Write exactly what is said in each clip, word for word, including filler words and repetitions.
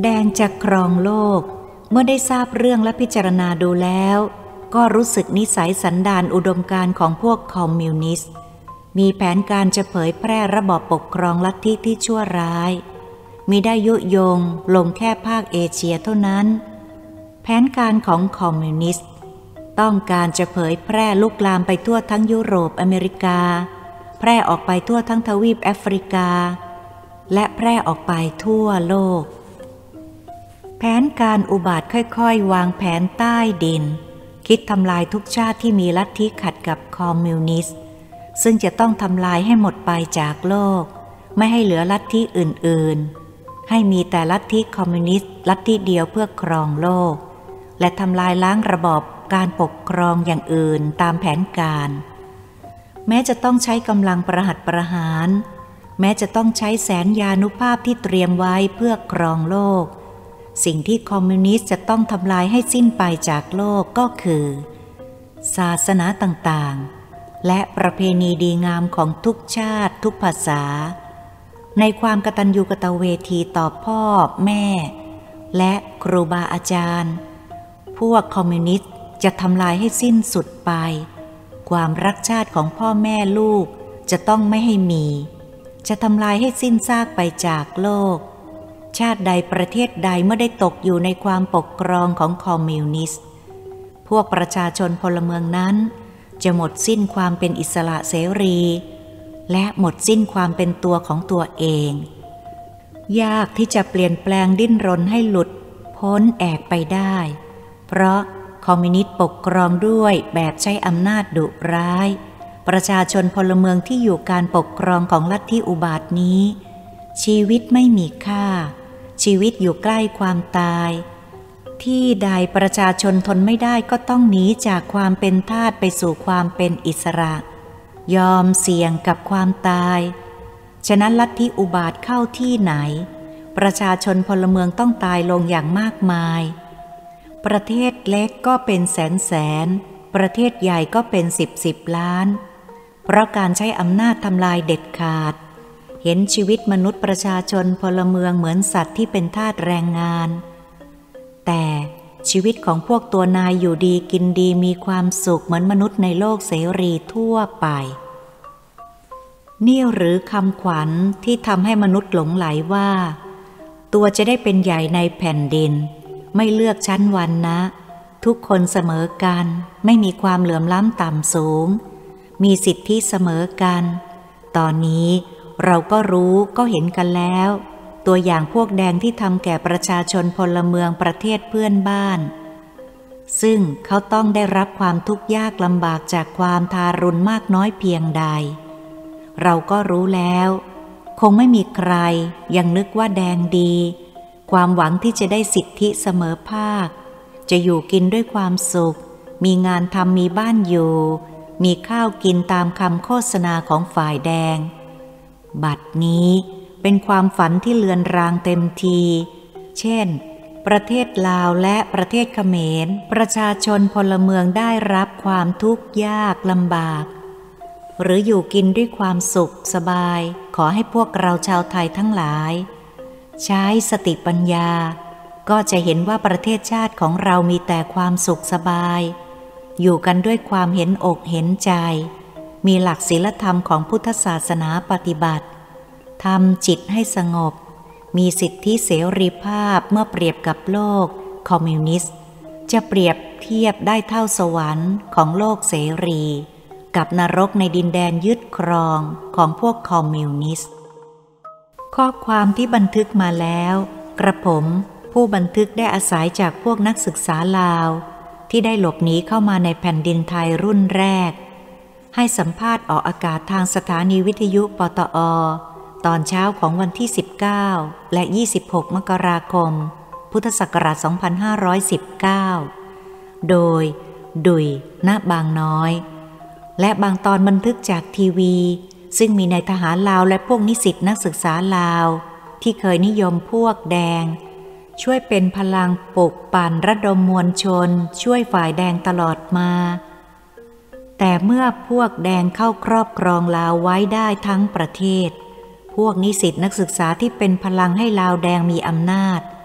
แดงจะครองโลกเมื่อได้ทราบเรื่องและพิจารณาดูแล้วก็รู้สึกนิสัยสันดานอุดมการณ์ของพวกคอมมิวนิสต์มีแผนการจะเผยแพร่ระบอบปกครองลัทธิที่ชั่วร้ายมิได้ยุยงลงแค่ภาคเอเชียเท่านั้นแผนการของคอมมิวนิสต์ต้องการจะเผยแพร่ลุกลามไปทั่วทั้งยุโรปอเมริกาแพร่ออกไปทั่วทั้งทวีปแอฟริกาและแพร่ออกไปทั่วโลกแผนการอุบาทค่อยๆวางแผนใต้ดินคิดทำลายทุกชาติที่มีลัทธิขัดกับคอมมิวนิสต์ซึ่งจะต้องทำลายให้หมดไปจากโลกไม่ให้เหลือลัทธิอื่นๆให้มีแต่ลัทธิคอมมิวนิสต์ลัทธิเดียวเพื่อครองโลกและทำลายล้างระบอบการปกครองอย่างอื่นตามแผนการแม้จะต้องใช้กำลังประหัตประหารแม้จะต้องใช้แสนยานุภาพที่เตรียมไว้เพื่อครองโลกสิ่งที่คอมมิวนิสต์จะต้องทำลายให้สิ้นไปจากโลกก็คือศาสนาต่างๆและประเพณีดีงามของทุกชาติทุกภาษาในความกตัญญูกตเวทีต่อพ่อแม่และครูบาอาจารย์พวกคอมมิวนิสต์จะทำลายให้สิ้นสุดไปความรักชาติของพ่อแม่ลูกจะต้องไม่ให้มีจะทำลายให้สิ้นซากไปจากโลกชาติใดประเทศใดเมื่อได้ตกอยู่ในความปกครองของคอมมิวนิสต์พวกประชาชนพลเมืองนั้นจะหมดสิ้นความเป็นอิสระเสรีและหมดสิ้นความเป็นตัวของตัวเองยากที่จะเปลี่ยนแปลงดิ้นรนให้หลุดพ้นแอกไปได้เพราะคอมมิวนิสต์ปกครองด้วยแบบใช้อำนาจดุร้ายประชาชนพลเมืองที่อยู่การปกครองของลัทธิอุบาทนี้ชีวิตไม่มีค่าชีวิตอยู่ใกล้ความตายที่ใดประชาชนทนไม่ได้ก็ต้องหนีจากความเป็นทาสไปสู่ความเป็นอิสระยอมเสี่ยงกับความตายฉะนั้นลัทธิอุบาทเข้าที่ไหนประชาชนพลเมืองต้องตายลงอย่างมากมายประเทศเล็กก็เป็นแสนแสนประเทศใหญ่ก็เป็นสิบสิบล้านเพราะการใช้อำนาจทำลายเด็ดขาดเห็นชีวิตมนุษย์ประชาชนพลเมืองเหมือนสัตว์ที่เป็นทาสแรงงานแต่ชีวิตของพวกตัวนายอยู่ดีกินดีมีความสุขเหมือนมนุษย์ในโลกเสรีทั่วไปนี่หรือคำขวัญที่ทำให้มนุษย์หลงไหลว่าตัวจะได้เป็นใหญ่ในแผ่นดินไม่เลือกชั้นวรรณะทุกคนเสมอกันไม่มีความเหลื่อมล้ำต่ำสูงมีสิทธิเสมอกันตอนนี้เราก็รู้ก็เห็นกันแล้วตัวอย่างพวกแดงที่ทำแก่ประชาชนพลเมืองประเทศเพื่อนบ้านซึ่งเขาต้องได้รับความทุกข์ยากลำบากจากความทารุณมากน้อยเพียงใดเราก็รู้แล้วคงไม่มีใครยังนึกว่าแดงดีความหวังที่จะได้สิทธิเสมอภาคจะอยู่กินด้วยความสุขมีงานทำมีบ้านอยู่มีข้าวกินตามคำโฆษณาของฝ่ายแดงบัดนี้เป็นความฝันที่เลือนรางเต็มทีเช่นประเทศลาวและประเทศเขมรประชาชนพลเมืองได้รับความทุกข์ยากลำบากหรืออยู่กินด้วยความสุขสบายขอให้พวกเราชาวไทยทั้งหลายใช้สติปัญญาก็จะเห็นว่าประเทศชาติของเรามีแต่ความสุขสบายอยู่กันด้วยความเห็นอกเห็นใจมีหลักศีลธรรมของพุทธศาสนาปฏิบัติทำจิตให้สงบมีสิทธิเสรีภาพเมื่อเปรียบกับโลกคอมมิวนิสต์จะเปรียบเทียบได้เท่าสวรรค์ของโลกเสรีกับนรกในดินแดนยึดครองของพวกคอมมิวนิสต์ข้อความที่บันทึกมาแล้วกระผมผู้บันทึกได้อาศัยจากพวกนักศึกษาลาวที่ได้หลบหนีเข้ามาในแผ่นดินไทยรุ่นแรกให้สัมภาษณ์ออกอากาศทางสถานีวิทยุปตอ.ตอนเช้าของวันที่สิบเก้าและยี่สิบหกมกราคมพุทธศักราชสองพันห้าร้อยสิบเก้าโดยดุยณบางน้อยและบางตอนบันทึกจากทีวีซึ่งมีนายทหารลาวและพวกนิสิตนักศึกษาลาวที่เคยนิยมพวกแดงช่วยเป็นพลังปลุกปั่นระดมมวลชนช่วยฝ่ายแดงตลอดมาแต่เมื่อพวกแดงเข้าครอบครองลาวไว้ได้ทั้งประเทศพวกนิสิตนักศึกษาที่เป็นพลังให้ลาวแดงมีอำนาจ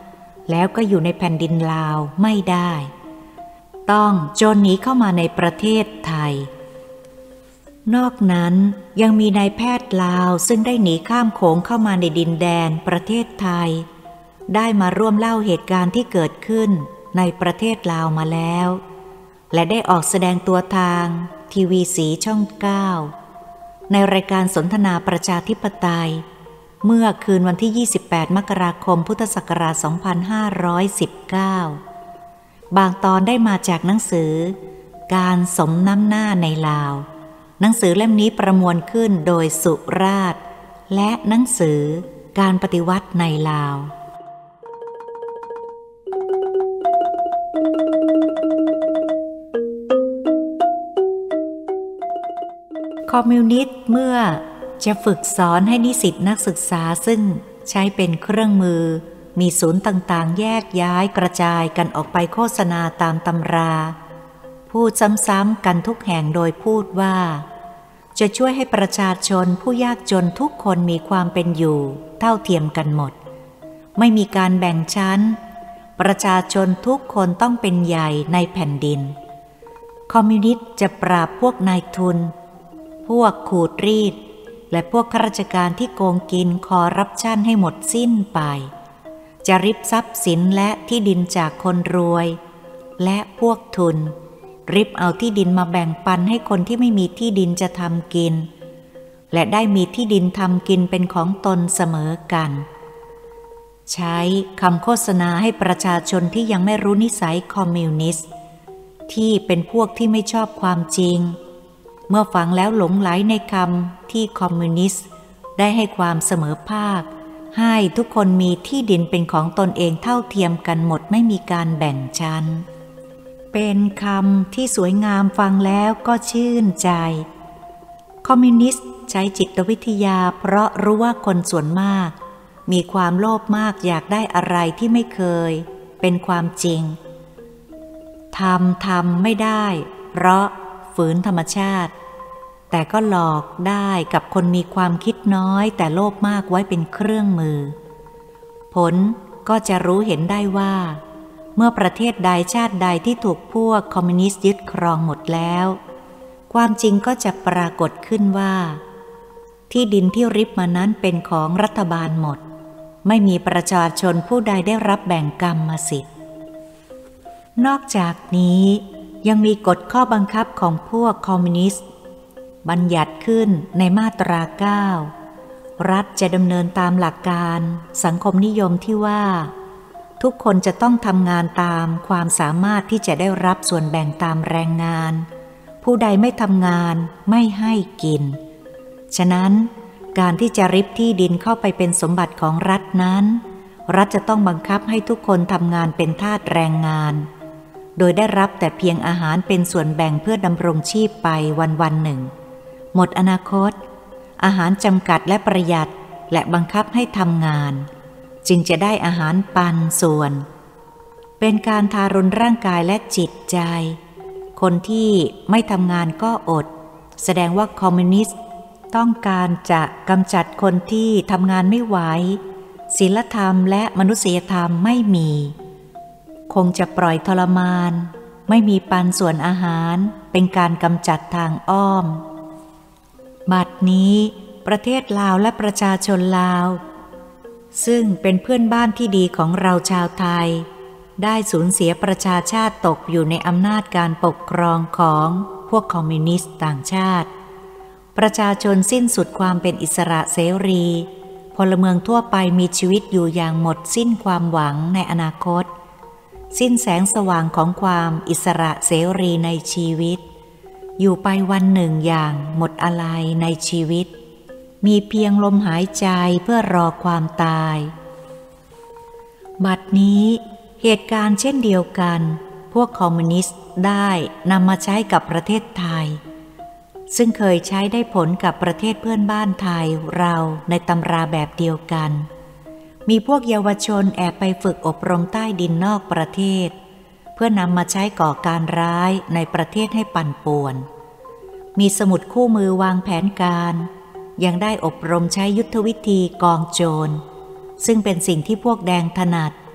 แล้วก็อยู่ในแผ่นดินลาวไม่ได้ต้องโจรหนีเข้ามาในประเทศไทยนอกนั้นยังมีนายแพทย์ลาวซึ่งได้หนีข้ามโขงเข้ามาในดินแดนประเทศไทยได้มาร่วมเล่าเหตุการณ์ที่เกิดขึ้นในประเทศลาวมาแล้วและได้ออกแสดงตัวทางทีวีสีช่องเก้าในรายการสนทนาประชาธิปไตยเมื่อคืนวันที่ยี่สิบแปดมกราคมพุทธศักราชสองพันห้าร้อยสิบเก้าบางตอนได้มาจากหนังสือการสมน้ำหน้าในลาวหนังสือเล่มนี้ประมวลขึ้นโดยสุราษฎร์และหนังสือการปฏิวัติในลาวคอมมิวนิสต์เมื่อจะฝึกสอนให้นิสิตนักศึกษาซึ่งใช้เป็นเครื่องมือมีศูนย์ต่างๆแยกย้ายกระจายกันออกไปโฆษณาตามตำราพูดซ้ำๆกันทุกแห่งโดยพูดว่าจะช่วยให้ประชาชนผู้ยากจนทุกคนมีความเป็นอยู่เท่าเทียมกันหมดไม่มีการแบ่งชั้นประชาชนทุกคนต้องเป็นใหญ่ในแผ่นดินคอมมิวนิสต์จะปราบพวกนายทุนพวกขูดรีดและพวกข้าราชการที่โกงกินคอร์รัปชันให้หมดสิ้นไปจะริบทรัพย์สินและที่ดินจากคนรวยและพวกทุนริบเอาที่ดินมาแบ่งปันให้คนที่ไม่มีที่ดินจะทำกินและได้มีที่ดินทำกินเป็นของตนเสมอกันใช้คำโฆษณาให้ประชาชนที่ยังไม่รู้นิสัยคอมมิวนิสต์ที่เป็นพวกที่ไม่ชอบความจริงเมื่อฟังแล้วหลงไหลในคำที่คอมมิวนิสต์ได้ให้ความเสมอภาคให้ทุกคนมีที่ดินเป็นของตนเองเท่าเทียมกันหมดไม่มีการแบ่งชั้นเป็นคำที่สวยงามฟังแล้วก็ชื่นใจคอมมิวนิสต์ใช้จิตวิทยาเพราะรู้ว่าคนส่วนมากมีความโลภมากอยากได้อะไรที่ไม่เคยเป็นความจริงทำทำไม่ได้เพราะฝืนธรรมชาติแต่ก็หลอกได้กับคนมีความคิดน้อยแต่โลภมากไว้เป็นเครื่องมือผลก็จะรู้เห็นได้ว่าเมื่อประเทศใดชาติใดที่ถูกพวกคอมมิวนิสต์ยึดครองหมดแล้วความจริงก็จะปรากฏขึ้นว่าที่ดินที่ริบมานั้นเป็นของรัฐบาลหมดไม่มีประชาชนผู้ใดได้รับแบ่งกรรมสิทธิ์นอกจากนี้ยังมีกฎข้อบังคับของพวกคอมมิวนิสต์บัญญัติขึ้นในมาตราเก้ารัฐจะดำเนินตามหลักการสังคมนิยมที่ว่าทุกคนจะต้องทำงานตามความสามารถที่จะได้รับส่วนแบ่งตามแรงงานผู้ใดไม่ทำงานไม่ให้กินฉะนั้นการที่จะริบที่ดินเข้าไปเป็นสมบัติของรัฐนั้นรัฐจะต้องบังคับให้ทุกคนทำงานเป็นทาสแรงงานโดยได้รับแต่เพียงอาหารเป็นส่วนแบ่งเพื่อดำรงชีพไปวันๆหนึ่งหมดอนาคตอาหารจำกัดและประหยัดและบังคับให้ทำงานจึงจะได้อาหารปันส่วนเป็นการทารุณร่างกายและจิตใจคนที่ไม่ทำงานก็อดแสดงว่าคอมมิวนิสต์ต้องการจะกำจัดคนที่ทำงานไม่ไหวศีลธรรมและมนุษยธรรมไม่มีคงจะปล่อยทรมานไม่มีปันส่วนอาหารเป็นการกำจัดทางอ้อมบัดนี้ประเทศลาวและประชาชนลาวซึ่งเป็นเพื่อนบ้านที่ดีของเราชาวไทยได้สูญเสียประชาชาติตกอยู่ในอำนาจการปกครองของพวกคอมมิวนิสต์ต่างชาติประชาชนสิ้นสุดความเป็นอิสระเสรีพลเมืองทั่วไปมีชีวิตอยู่อย่างหมดสิ้นความหวังในอนาคตสิ้นแสงสว่างของความอิสระเสรีในชีวิตอยู่ไปวันหนึ่งอย่างหมดอะไรในชีวิตมีเพียงลมหายใจเพื่อรอความตายบัดนี้เหตุการณ์เช่นเดียวกันพวกคอมมิวนิสต์ได้นำมาใช้กับประเทศไทยซึ่งเคยใช้ได้ผลกับประเทศเพื่อนบ้านไทยเราในตำราแบบเดียวกันมีพวกเยาวชนแอบไปฝึกอบรมใต้ดินนอกประเทศเพื่อนำมาใช้ก่อการร้ายในประเทศให้ปั่นป่วนมีสมุดคู่มือวางแผนการยังได้อบรมใช้ยุทธวิธีกองโจรซึ่งเป็นสิ่งที่พวกแดงถนัด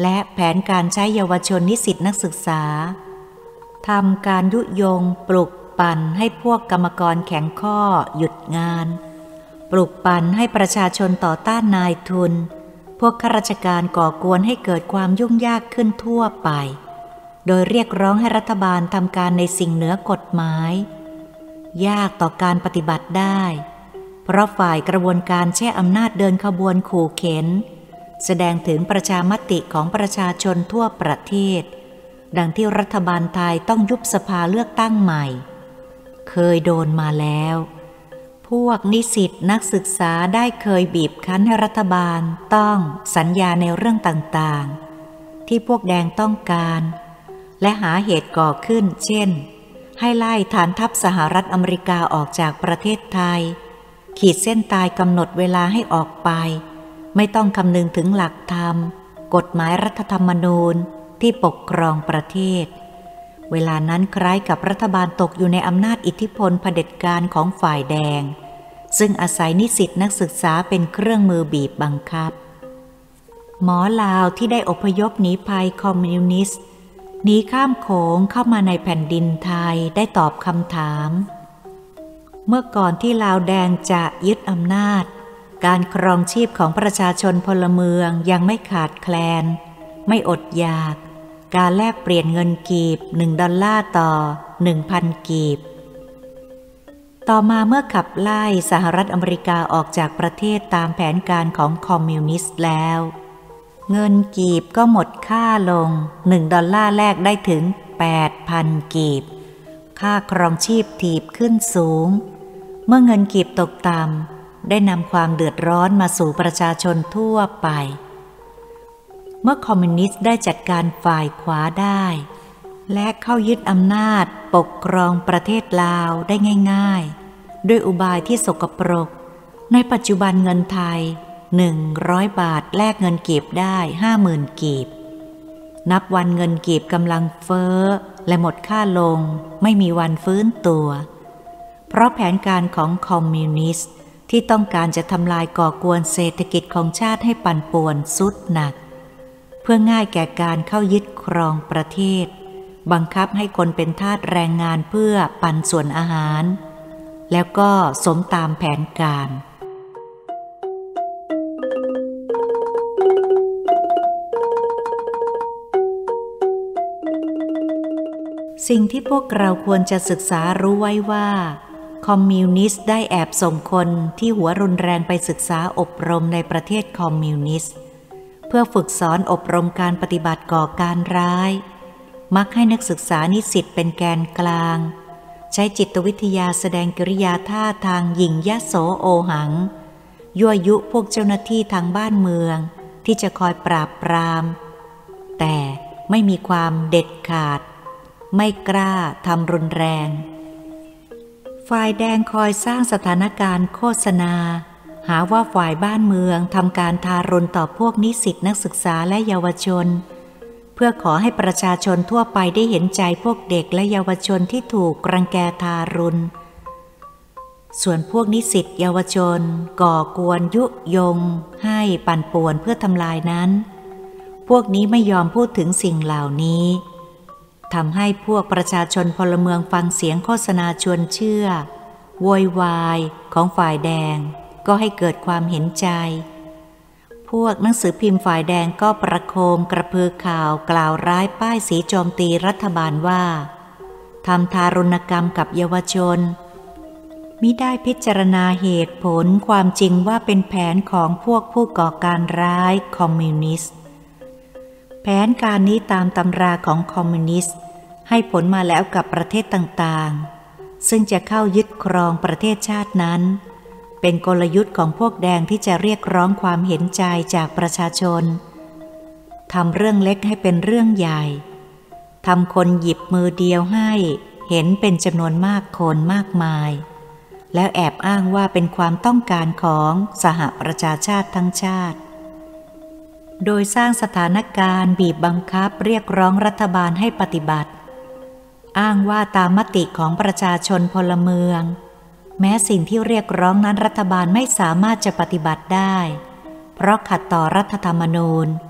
และแผนการใช้เยาวชนนิสิตนักศึกษาทำการยุยงปลุกปั่นให้พวกกรรมกรแข็งข้อหยุดงานปลุกปั่นให้ประชาชนต่อต้านนายทุนพวกข้าราชการก่อกวนให้เกิดความยุ่งยากขึ้นทั่วไปโดยเรียกร้องให้รัฐบาลทำการในสิ่งเหนือกฎหมายยากต่อการปฏิบัติได้เพราะฝ่ายกระบวนการแช่อำนาจเดินขบวนขู่เข็นแสดงถึงประชามติของประชาชนทั่วประเทศดังที่รัฐบาลไทยต้องยุบสภาเลือกตั้งใหม่เคยโดนมาแล้วพวกนิสิตนักศึกษาได้เคยบีบคั้นให้รัฐบาลต้องสัญญาในเรื่องต่างๆที่พวกแดงต้องการและหาเหตุก่อขึ้นเช่นให้ไล่ฐานทัพสหรัฐอเมริกาออกจากประเทศไทยขีดเส้นตายกำหนดเวลาให้ออกไปไม่ต้องคำนึงถึงหลักธรรมกฎหมายรัฐธรรมนูญที่ปกครองประเทศเวลานั้นคล้ายกับรัฐบาลตกอยู่ในอำนาจอิทธิพลเผด็จการของฝ่ายแดงซึ่งอาศัยนิสิตนักศึกษาเป็นเครื่องมือบีบบังคับหมอลาวที่ได้อพยพหนีภัยคอมมิวนิสต์หนีข้ามโขงเข้ามาในแผ่นดินไทยได้ตอบคำถามเมื่อก่อนที่ลาวแดงจะยึดอำนาจการครองชีพของประชาชนพลเมืองยังไม่ขาดแคลนไม่อดอยากการแลกเปลี่ยนเงินกีบหนึ่งดอลลาร์ต่อหนึ่งพันกีบต่อมาเมื่อขับไล่สหรัฐอเมริกาออกจากประเทศตามแผนการของคอมมิวนิสต์แล้วเงินกีบก็หมดค่าลงหนึ่งดอลลาร์แลกได้ถึง แปดพัน กีบค่าครองชีพถีบขึ้นสูงเมื่อเงินกีบตกต่ำได้นำความเดือดร้อนมาสู่ประชาชนทั่วไปเมื่อคอมมิวนิสต์ได้จัดการฝ่ายขวาได้และเข้ายึดอำนาจปกครองประเทศลาวได้ง่ายๆด้วยอุบายที่สกปรกในปัจจุบันเงินไทยหนึ่งร้อยบาทแลกเงินกีบได้ ห้าหมื่น กีบนับวันเงินกีบกำลังเฟ้อและหมดค่าลงไม่มีวันฟื้นตัวเพราะแผนการของคอมมิวนิสต์ที่ต้องการจะทำลายก่อกวนเศรษฐกิจของชาติให้ปั่นป่วนสุดหนักเพื่อง่ายแก่การเข้ายึดครองประเทศบังคับให้คนเป็นทาสแรงงานเพื่อปันส่วนอาหารแล้วก็สมตามแผนการสิ่งที่พวกเราควรจะศึกษารู้ไว้ว่าคอมมิวนิสต์ได้แอบส่งคนที่หัวรุนแรงไปศึกษาอบรมในประเทศคอมมิวนิสต์เพื่อฝึกสอนอบรมการปฏิบัติก่อการร้ายมักให้นักศึกษานิสิตเป็นแกนกลางใช้จิตวิทยาแสดงกิริยาท่าทางหยิ่งยโสโอหังยั่วยุพวกเจ้าหน้าที่ทางบ้านเมืองที่จะคอยปราบปรามแต่ไม่มีความเด็ดขาดไม่กล้าทำรุนแรงฝ่ายแดงคอยสร้างสถานการณ์โฆษณาหาว่าฝ่ายบ้านเมืองทำการทารุณต่อพวกนิสิตนักศึกษาและเยาวชนเพื่อขอให้ประชาชนทั่วไปได้เห็นใจพวกเด็กและเยาวชนที่ถูกรังแกทารุณส่วนพวกนิสิตเยาวชนก่อกวนยุยงให้ปั่นป่วนเพื่อทำลายนั้นพวกนี้ไม่ยอมพูดถึงสิ่งเหล่านี้ทำให้พวกประชาชนพลเมืองฟังเสียงโฆษณาชวนเชื่อโวยวายของฝ่ายแดงก็ให้เกิดความเห็นใจพวกหนังสือพิมพ์ฝ่ายแดงก็ประโคมกระพือข่าวกล่าวร้ายป้ายสีโจมตีรัฐบาลว่าทำทารุณกรรมกับเยาวชนมิได้พิจารณาเหตุผลความจริงว่าเป็นแผนของพวกผู้ก่อการร้ายคอมมิวนิสต์แผนการนี้ตามตำราของคอมมิวนิสต์ให้ผลมาแล้วกับประเทศต่างๆซึ่งจะเข้ายึดครองประเทศชาตินั้นเป็นกลยุทธ์ของพวกแดงที่จะเรียกร้องความเห็นใจจากประชาชนทำเรื่องเล็กให้เป็นเรื่องใหญ่ทำคนหยิบมือเดียวให้เห็นเป็นจำนวนมากคนมากมายแล้วแอบอ้างว่าเป็นความต้องการของสหประชาชาติทั้งชาติโดยสร้างสถานการณ์บีบบังคับเรียกร้องรัฐบาลให้ปฏิบัติอ้างว่าตามมติของประชาชนพลเมืองแม้สิ่งที่เรียกร้องนั้นรัฐบาลไม่สามารถจะปฏิบัติได้เพราะขัดต่อรัฐธรรมนูญ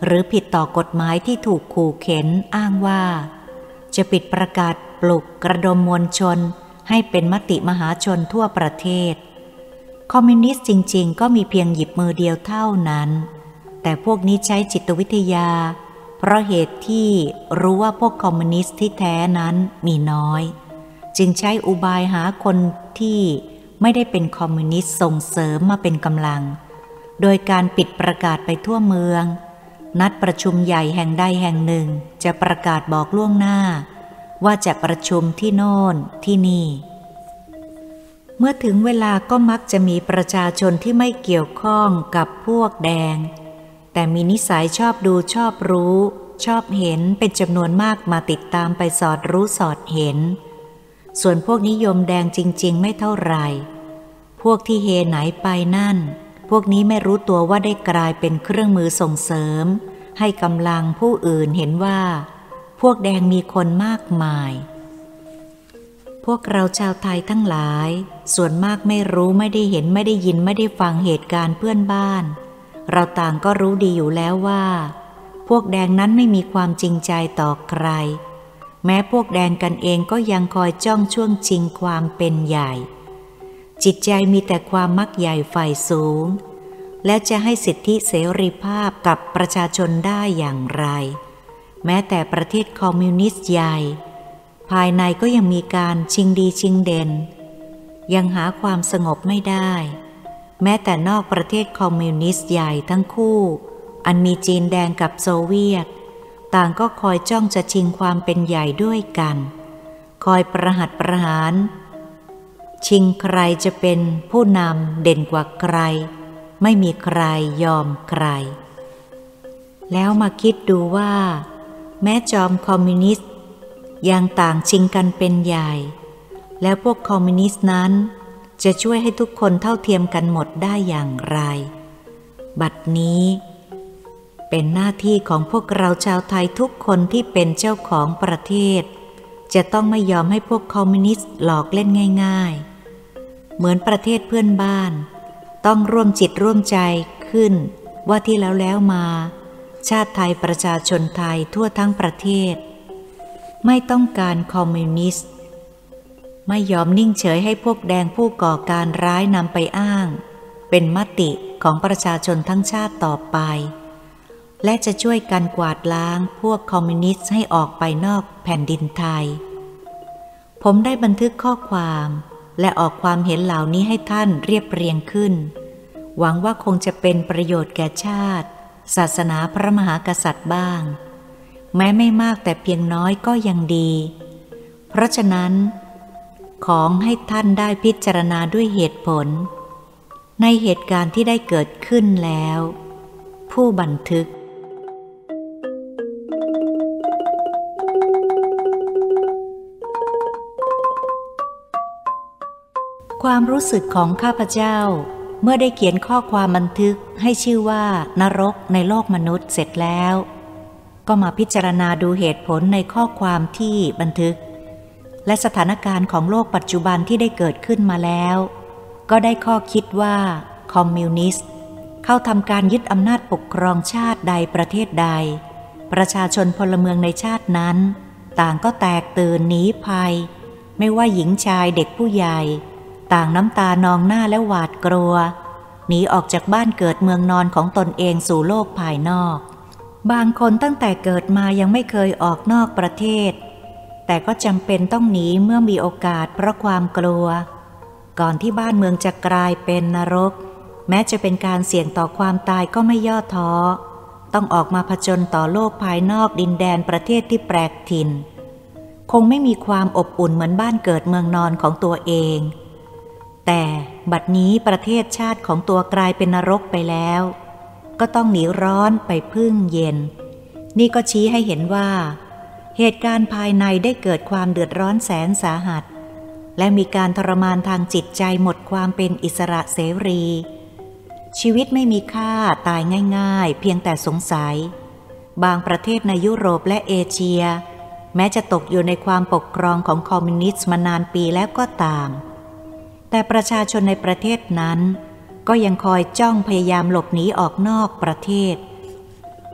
หรือผิดต่อกฎหมายที่ถูกขู่เข็นอ้างว่าจะปิดประกาศปลุกกระดมมวลชนให้เป็นมติมหาชนทั่วประเทศคอมมิวนิสต์จริงๆก็มีเพียงหยิบมือเดียวเท่านั้นแต่พวกนี้ใช้จิตวิทยาเพราะเหตุที่รู้ว่าพวกคอมมิวนิสต์ที่แท้นั้นมีน้อยจึงใช้อุบายหาคนที่ไม่ได้เป็นคอมมิวนิสต์ส่งเสริมมาเป็นกำลังโดยการปิดประกาศไปทั่วเมืองนัดประชุมใหญ่แห่งใดแห่งหนึ่งจะประกาศบอกล่วงหน้าว่าจะประชุมที่โน่นที่นี่เมื่อถึงเวลาก็มักจะมีประชาชนที่ไม่เกี่ยวข้องกับพวกแดงแต่มีนิสัยชอบดูชอบรู้ชอบเห็นเป็นจำนวนมากมาติดตามไปสอดรู้สอดเห็นส่วนพวกนิยมแดงจริงๆไม่เท่าไหร่พวกที่เฮไหนไปนั่นพวกนี้ไม่รู้ตัวว่าได้กลายเป็นเครื่องมือส่งเสริมให้กำลังผู้อื่นเห็นว่าพวกแดงมีคนมากมายพวกเราชาวไทยทั้งหลายส่วนมากไม่รู้ไม่ได้เห็นไม่ได้ยินไม่ได้ฟังเหตุการณ์เพื่อนบ้านเราต่างก็รู้ดีอยู่แล้วว่าพวกแดงนั้นไม่มีความจริงใจต่อใครแม้พวกแดงกันเองก็ยังคอยจ้องช่วงชิงความเป็นใหญ่จิตใจมีแต่ความมักใหญ่ฝ่ายสูงและจะให้สิทธิเสรีภาพกับประชาชนได้อย่างไรแม้แต่ประเทศคอมมิวนิสต์ใหญ่ภายในก็ยังมีการชิงดีชิงเด่นยังหาความสงบไม่ได้แม้แต่นอกประเทศคอมมิวนิสต์ใหญ่ทั้งคู่อันมีจีนแดงกับโซเวียตต่างก็คอยจ้องจะชิงความเป็นใหญ่ด้วยกันคอยประหัตประหารชิงใครจะเป็นผู้นำเด่นกว่าใครไม่มีใครยอมใครแล้วมาคิดดูว่าแม้จอมคอมมิวนิสต์ยังต่างชิงกันเป็นใหญ่แล้วพวกคอมมิวนิสต์นั้นจะช่วยให้ทุกคนเท่าเทียมกันหมดได้อย่างไรบัดนี้เป็นหน้าที่ของพวกเราชาวไทยทุกคนที่เป็นเจ้าของประเทศจะต้องไม่ยอมให้พวกคอมมิวนิสต์หลอกเล่นง่ายๆเหมือนประเทศเพื่อนบ้านต้องร่วมจิตร่วมใจขึ้นว่าที่แล้วแล้วมาชาติไทยประชาชนไทยทั่วทั้งประเทศไม่ต้องการคอมมิวนิสต์ไม่ยอมนิ่งเฉยให้พวกแดงผู้ก่อการร้ายนำไปอ้างเป็นมติของประชาชนทั้งชาติต่อไปและจะช่วยกันกวาดล้างพวกคอมมิวนิสต์ให้ออกไปนอกแผ่นดินไทยผมได้บันทึกข้อความและออกความเห็นเหล่านี้ให้ท่านเรียบเรียงขึ้นหวังว่าคงจะเป็นประโยชน์แก่ชาติศาสนาพระมหากษัตริย์บ้างแม้ไม่มากแต่เพียงน้อยก็ยังดีเพราะฉะนั้นของให้ท่านได้พิจารณาด้วยเหตุผลในเหตุการณ์ที่ได้เกิดขึ้นแล้วผู้บันทึกความรู้สึกของข้าพเจ้าเมื่อได้เขียนข้อความบันทึกให้ชื่อว่านรกในโลกมนุษย์เสร็จแล้วก็มาพิจารณาดูเหตุผลในข้อความที่บันทึกและสถานการณ์ของโลกปัจจุบันที่ได้เกิดขึ้นมาแล้วก็ได้ข้อคิดว่าคอมมิวนิสต์เข้าทำการยึดอำนาจปกครองชาติใดประเทศใดประชาชนพลเมืองในชาตินั้นต่างก็แตกตื่นหนีภัยไม่ว่าหญิงชายเด็กผู้ใหญ่ต่างน้ำตานองหน้าและหวาดกลัวหนีออกจากบ้านเกิดเมืองนอนของตนเองสู่โลกภายนอกบางคนตั้งแต่เกิดมายังไม่เคยออกนอกประเทศแต่ก็จำเป็นต้องหนีเมื่อมีโอกาสเพราะความกลัวก่อนที่บ้านเมืองจะกลายเป็นนรกแม้จะเป็นการเสี่ยงต่อความตายก็ไม่ย่อท้อต้องออกมาผจญต่อโลกภายนอกดินแดนประเทศที่แปลกถิ่นคงไม่มีความอบอุ่นเหมือนบ้านเกิดเมืองนอนของตัวเองแต่บัดนี้ประเทศชาติของตัวกลายเป็นนรกไปแล้วก็ต้องหนีร้อนไปพึ่งเย็นนี่ก็ชี้ให้เห็นว่าเหตุการณ์ภายในได้เกิดความเดือดร้อนแสนสาหัสและมีการทรมานทางจิตใจหมดความเป็นอิสระเสรีชีวิตไม่มีค่าตายง่ายๆเพียงแต่สงสัยบางประเทศในยุโรปและเอเชียแม้จะตกอยู่ในความปกครองของคอมมิวนิสต์มานานปีแล้วก็ตามแต่ประชาชนในประเทศนั้นก็ยังคอยจ้องพยายามหลบหนีออกนอกประเทศ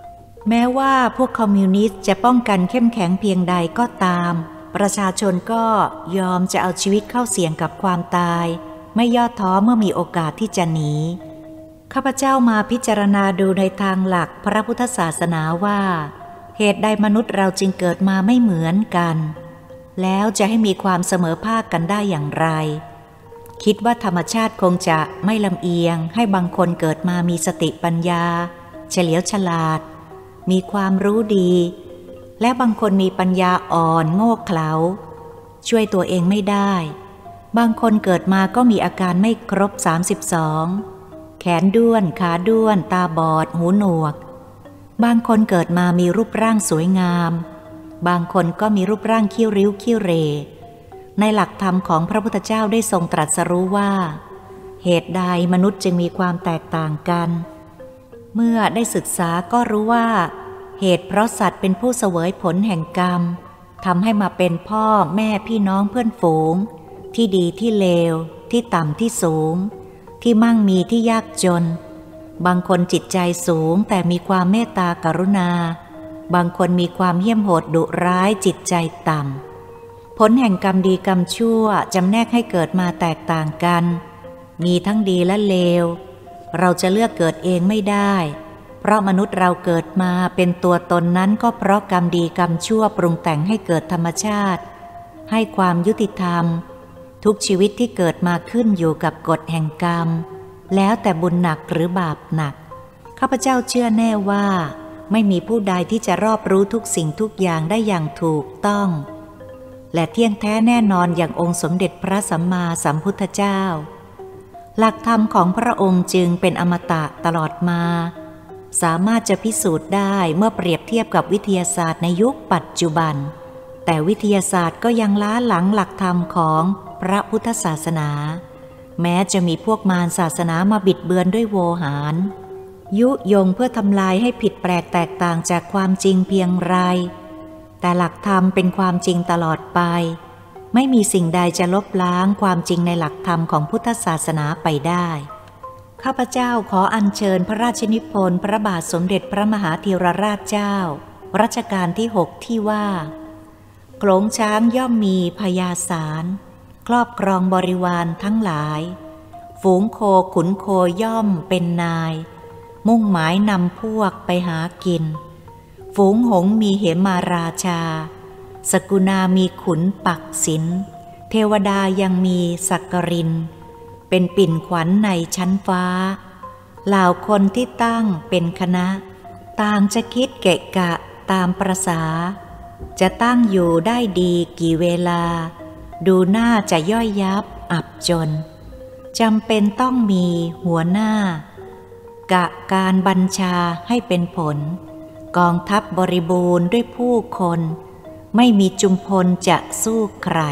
แม้ว่าพวกคอมมิวนิสต์จะป้องกันเข้มแข็งเพียงใดก็ตามประชาชนก็ยอมจะเอาชีวิตเข้าเสี่ยงกับความตายไม่ย่อท้อเมื่อมีโอกาสที่จะหนีข้าพเจ้ามาพิจารณาดูในทางหลักพระพุทธศาสนาว่าเหตุใดมนุษย์เราจึงเกิดมาไม่เหมือนกันแล้วจะให้มีความเสมอภาคกันได้อย่างไรคิดว่าธรรมชาติคงจะไม่ลำเอียงให้บางคนเกิดมามีสติปัญญาเฉลียวฉลาดมีความรู้ดีและบางคนมีปัญญาอ่อนโง่เขลาช่วยตัวเองไม่ได้บางคนเกิดมาก็มีอาการไม่ครบสามสิบสองแขนด้วนขาด้วนตาบอดหูหนวกบางคนเกิดมามีรูปร่างสวยงามบางคนก็มีรูปร่างขี้ริ้วขี้เรในหลักธรรมของพระพุทธเจ้าได้ทรงตรัสรู้ว่าเหตุใดมนุษย์จึงมีความแตกต่างกันเมื่อได้ศึกษาก็รู้ว่าเหตุเพราะสัตว์เป็นผู้เสวยผลแห่งกรรมทำให้มาเป็นพ่อแม่พี่น้องเพื่อนฝูงที่ดีที่เลวที่ต่ำที่สูงที่มั่งมีที่ยากจนบางคนจิตใจสูงแต่มีความเมตตากรุณาบางคนมีความเหี้ยมโหดดุร้ายจิตใจต่ำผลแห่งกรรมดีกรรมชั่วจำแนกให้เกิดมาแตกต่างกันมีทั้งดีและเลวเราจะเลือกเกิดเองไม่ได้เพราะมนุษย์เราเกิดมาเป็นตัวตนนั้นก็เพราะกรรมดีกรรมชั่วปรุงแต่งให้เกิดธรรมชาติให้ความยุติธรรมทุกชีวิตที่เกิดมาขึ้นอยู่กับกฎแห่งกรรมแล้วแต่บุญหนักหรือบาปหนักข้าพเจ้าเชื่อแน่ว่าไม่มีผู้ใดที่จะรอบรู้ทุกสิ่งทุกอย่างได้อย่างถูกต้องและเที่ยงแท้แน่นอนอย่างองค์สมเด็จพระสัมมาสัมพุทธเจ้าหลักธรรมของพระองค์จึงเป็นอมตะตลอดมาสามารถจะพิสูจน์ได้เมื่อเปรียบเทียบกับวิทยาศาสตร์ในยุคปัจจุบันแต่วิทยาศาสตร์ก็ยังล้าหลังหลักธรรมของพระพุทธศาสนาแม้จะมีพวกมารศาสนามาบิดเบือนด้วยโวหารยุยงเพื่อทำลายให้ผิดแปลกแตกต่างจากความจริงเพียงไรแต่หลักธรรมเป็นความจริงตลอดไปไม่มีสิ่งใดจะลบล้างความจริงในหลักธรรมของพุทธศาสนาไปได้ข้าพเจ้าขออัญเชิญพระราชนิพนธ์พระบาทสมเด็จพระมหาธีรราชเจ้ารัชกาลที่หกที่ว่าโขลงช้างย่อมมีพญาสารครอบครองบริวารทั้งหลายฝูงโคขุนโคย่อมเป็นนายมุ่งหมายนำพวกไปหากินฝูงหงส์มีเหมาราชาสกุณามีขุนปักศิลเทวดายังมีสักกรินเป็นปิ่นขวัญในชั้นฟ้าเหล่าคนที่ตั้งเป็นคณะต่างจะคิดเกะกะตามประสาจะตั้งอยู่ได้ดีกี่เวลาดูหน้าจะย่อยยับอับจนจำเป็นต้องมีหัวหน้ากะการบัญชาให้เป็นผลกองทัพบริบูรณ์ด้วยผู้คนไม่มีจุมพลจะสู้ใคร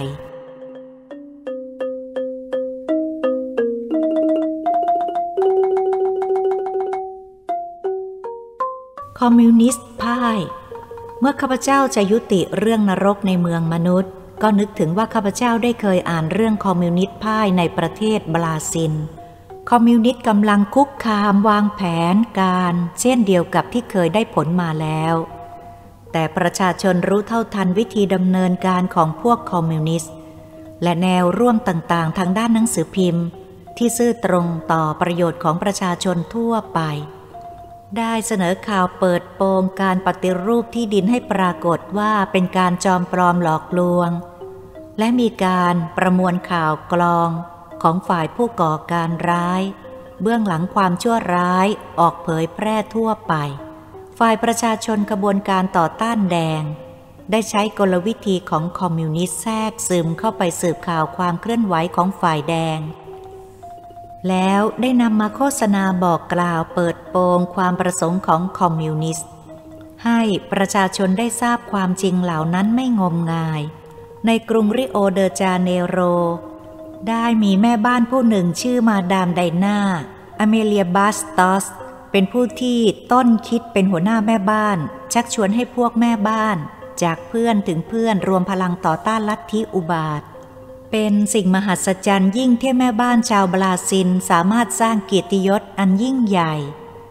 คอมมิวนิสต์พ่ายเมื่อข้าพเจ้าจะยุติเรื่องนรกในเมืองมนุษย์ก็นึกถึงว่าข้าพเจ้าได้เคยอ่านเรื่องคอมมิวนิสต์พ่ายในประเทศบราซิลคอมมิวนิสต์กำลังคุกคามวางแผนการเช่นเดียวกับที่เคยได้ผลมาแล้วแต่ประชาชนรู้เท่าทันวิธีดำเนินการของพวกคอมมิวนิสต์และแนวร่วมต่างๆทางด้านหนังสือพิมพ์ที่ซื่อตรงต่อประโยชน์ของประชาชนทั่วไปได้เสนอข่าวเปิดโปงการปฏิรูปที่ดินให้ปรากฏว่าเป็นการจอมปลอมหลอกลวงและมีการประมวลข่าวกลองของฝ่ายผู้ก่อการร้ายเบื้องหลังความชั่วร้ายออกเผยแพร่ทั่วไปฝ่ายประชาชนกระบวนการต่อต้านแดงได้ใช้กลวิธีของคอมมิวนิสต์แทรกซึมเข้าไปสืบข่าวความเคลื่อนไหวของฝ่ายแดงแล้วได้นำมาโฆษณาบอกกล่าวเปิดโปงความประสงค์ของคอมมิวนิสต์ให้ประชาชนได้ทราบความจริงเหล่านั้นไม่งมงายในกรุงริโอเดจาเนโรได้มีแม่บ้านผู้หนึ่งชื่อมาดามไดนาอเมเลียบาสตอสเป็นผู้ที่ต้นคิดเป็นหัวหน้าแม่บ้านชักชวนให้พวกแม่บ้านจากเพื่อนถึงเพื่อนรวมพลังต่อต้านลัทธิอุบาทเป็นสิ่งมหัศจรรย์ยิ่งที่แม่บ้านชาวบราซิลสามารถสร้างเกียรติยศอันยิ่งใหญ่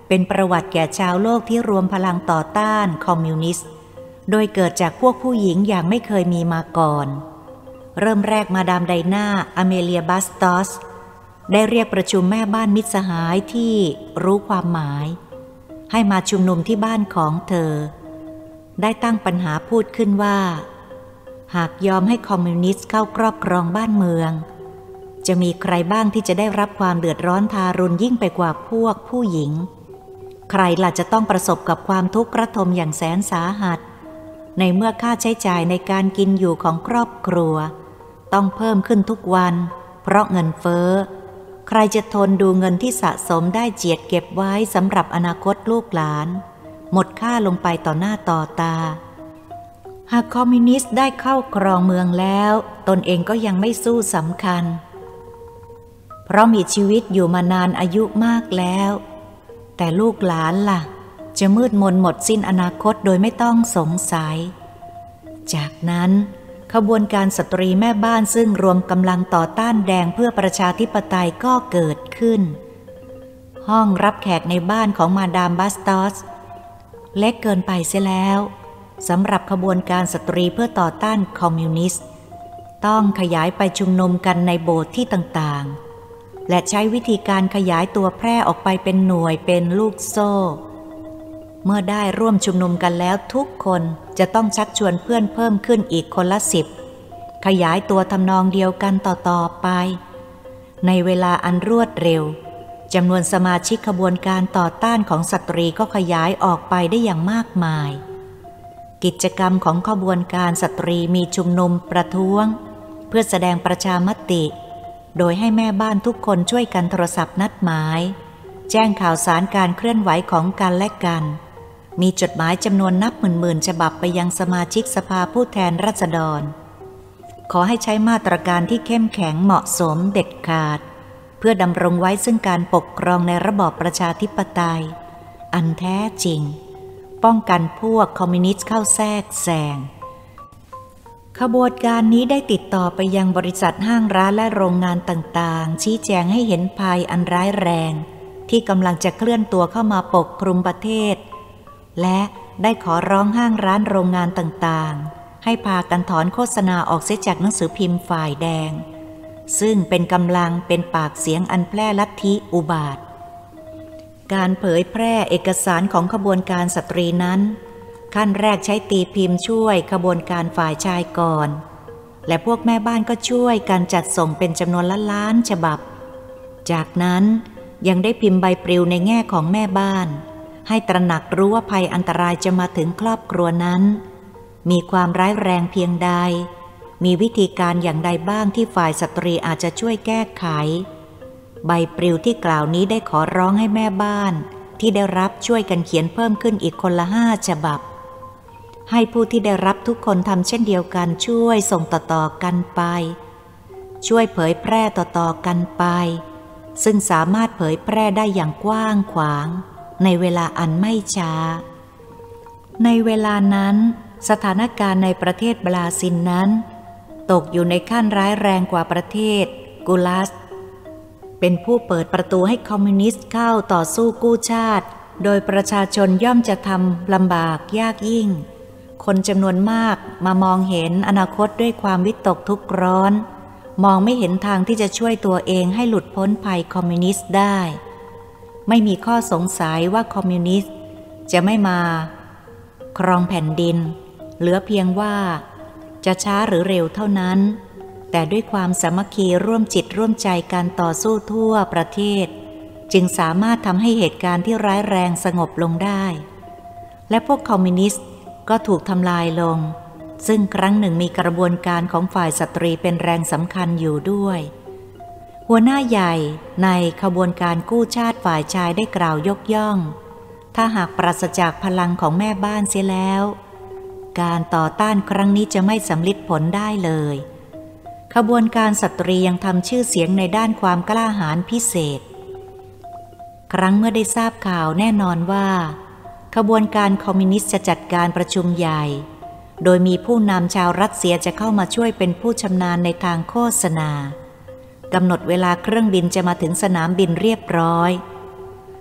เป็นประวัติแก่ชาวโลกที่รวมพลังต่อต้านคอมมิวนิสต์โดยเกิดจากพวกผู้หญิงอย่างไม่เคยมีมาก่อนเริ่มแรกมาดามไดนาอเมเลียบัสตอสได้เรียกประชุมแม่บ้านมิตรสหายที่รู้ความหมายให้มาชุมนุมที่บ้านของเธอได้ตั้งปัญหาพูดขึ้นว่าหากยอมให้คอมมิวนิสต์เข้าครอบครองบ้านเมืองจะมีใครบ้างที่จะได้รับความเดือดร้อนทารุณยิ่งไปกว่าพวกผู้หญิงใครล่ะจะต้องประสบกับความทุกข์ระทมอย่างแสนสาหัสในเมื่อค่าใช้จ่ายในการกินอยู่ของครอบครัวต้องเพิ่มขึ้นทุกวันเพราะเงินเฟ้อใครจะทนดูเงินที่สะสมได้เจียดเก็บไว้สำหรับอนาคตลูกหลานหมดค่าลงไปต่อหน้าต่อตาหากคอมมิวนิสต์ได้เข้าครองเมืองแล้วตนเองก็ยังไม่สู้สำคัญเพราะมีชีวิตอยู่มานานอายุมากแล้วแต่ลูกหลานล่ะจะมืดมนหมดสิ้นอนาคตโดยไม่ต้องสงสัยจากนั้นขบวนการสตรีแม่บ้านซึ่งรวมกำลังต่อต้านแดงเพื่อประชาธิปไตยก็เกิดขึ้นห้องรับแขกในบ้านของมาดามบัสตอสเล็กเกินไปเสียแล้วสำหรับขบวนการสตรีเพื่อต่อต้านคอมมิวนิสต์ต้องขยายไปชุมนุมกันในโบสถ์ที่ต่างๆและใช้วิธีการขยายตัวแพร่ออกไปเป็นหน่วยเป็นลูกโซ่เมื่อได้ร่วมชุมนุมกันแล้วทุกคนจะต้องชักชวนเพื่อนเพิ่มขึ้นอีกคนละสิบขยายตัวทำนองเดียวกันต่อๆไปในเวลาอันรวดเร็วจำนวนสมาชิกขบวนการต่อต้านของสตรีก็ขยายออกไปได้อย่างมากมายกิจกรรมของขบวนการสตรีมีชุมนุมประท้วงเพื่อแสดงประชามติโดยให้แม่บ้านทุกคนช่วยกันโทรศัพท์นัดหมายแจ้งข่าวสารการเคลื่อนไหวของกันและกันมีจดหมายจำนวนนับหมื่นๆฉบับไปยังสมาชิกสภาผู้แทนราษฎรขอให้ใช้มาตรการที่เข้มแข็งเหมาะสมเด็ดขาดเพื่อดำรงไว้ซึ่งการปกครองในระบอบประชาธิปไตยอันแท้จริงป้องกันพวกคอมมิวนิสต์เข้าแทรกแซงขบวนการนี้ได้ติดต่อไปยังบริษัทห้างร้านและโรงงานต่างๆชี้แจงให้เห็นภัยอันร้ายแรงที่กำลังจะเคลื่อนตัวเข้ามาปกคลุมประเทศและได้ขอร้องห้างร้านโรงงานต่างๆให้พากันถอนโฆษณาออกเสียจากหนังสือพิมพ์ฝ่ายแดงซึ่งเป็นกำลังเป็นปากเสียงอันแพร่ลัทธิอุบาทการเผยแพร่เอกสารของขบวนการสตรีนั้นขั้นแรกใช้ตีพิมพ์ช่วยขบวนการฝ่ายชายก่อนและพวกแม่บ้านก็ช่วยการจัดส่งเป็นจำนวนล้านล้านฉบับจากนั้นยังได้พิมพ์ใบปลิวในแง่ของแม่บ้านให้ตระหนักรู้ว่าภัยอันตรายจะมาถึงครอบครัวนั้นมีความร้ายแรงเพียงใดมีวิธีการอย่างใดบ้างที่ฝ่ายสตรีอาจจะช่วยแก้ไขใบปลิวที่กล่าวนี้ได้ขอร้องให้แม่บ้านที่ได้รับช่วยกันเขียนเพิ่มขึ้นอีกคนละห้าฉบับให้ผู้ที่ได้รับทุกคนทำเช่นเดียวกันช่วยส่งต่อๆกันไปช่วยเผยแพร่ต่อๆกันไปซึ่งสามารถเผยแพร่ได้อย่างกว้างขวางในเวลาอันไม่ช้าในเวลานั้นสถานการณ์ในประเทศบราซิลนั้นตกอยู่ในขั้นร้ายแรงกว่าประเทศกูลัสเป็นผู้เปิดประตูให้คอมมิวนิสต์เข้าต่อสู้กู้ชาติโดยประชาชนย่อมจะทำลำบากยากยิ่งคนจำนวนมากมามองเห็นอนาคตด้วยความวิตกทุกข์ร้อนมองไม่เห็นทางที่จะช่วยตัวเองให้หลุดพ้นภัยคอมมิวนิสต์ได้ไม่มีข้อสงสัยว่าคอมมิวนิสต์จะไม่มาครองแผ่นดินเหลือเพียงว่าจะช้าหรือเร็วเท่านั้นแต่ด้วยความสามัคคีร่วมจิตร่วมใจการต่อสู้ทั่วประเทศจึงสามารถทำให้เหตุการณ์ที่ร้ายแรงสงบลงได้และพวกคอมมิวนิสต์ก็ถูกทำลายลงซึ่งครั้งหนึ่งมีกระบวนการของฝ่ายสตรีเป็นแรงสำคัญอยู่ด้วยหัวหน้าใหญ่ในขบวนการกู้ชาติฝ่ายชายได้กล่าวยกย่องถ้าหากปราศจากพลังของแม่บ้านเสียแล้วการต่อต้านครั้งนี้จะไม่สำลิดผลได้เลยขบวนการสตรียังทำชื่อเสียงในด้านความกล้าหาญพิเศษครั้งเมื่อได้ทราบข่าวแน่นอนว่าขบวนการคอมมิวนิสต์จะจัดการประชุมใหญ่โดยมีผู้นำชาวรัสเซียจะเข้ามาช่วยเป็นผู้ชำนาญในทางโฆษณากำหนดเวลาเครื่องบินจะมาถึงสนามบินเรียบร้อย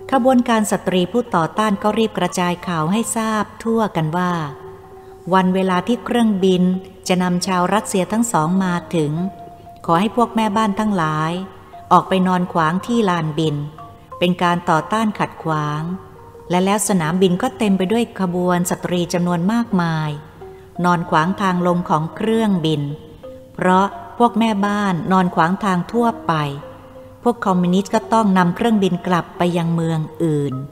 ขบวนการสตรีผู้ต่อต้านก็รีบกระจายข่าวให้ทราบทั่วกันว่าวันเวลาที่เครื่องบินจะนำชาวรัสเซียทั้งสองมาถึงขอให้พวกแม่บ้านทั้งหลายออกไปนอนขวางที่ลานบินเป็นการต่อต้านขัดขวางและแล้วสนามบินก็เต็มไปด้วยขบวนสตรีจำนวนมากมายนอนขวางทางลงของเครื่องบินเพราะพวกแม่บ้านนอนขวางทางทั่วไปพวกคอมมิวนิสต์ก็ต้องนำเครื่องบินกลับไปยังเมืองอื่น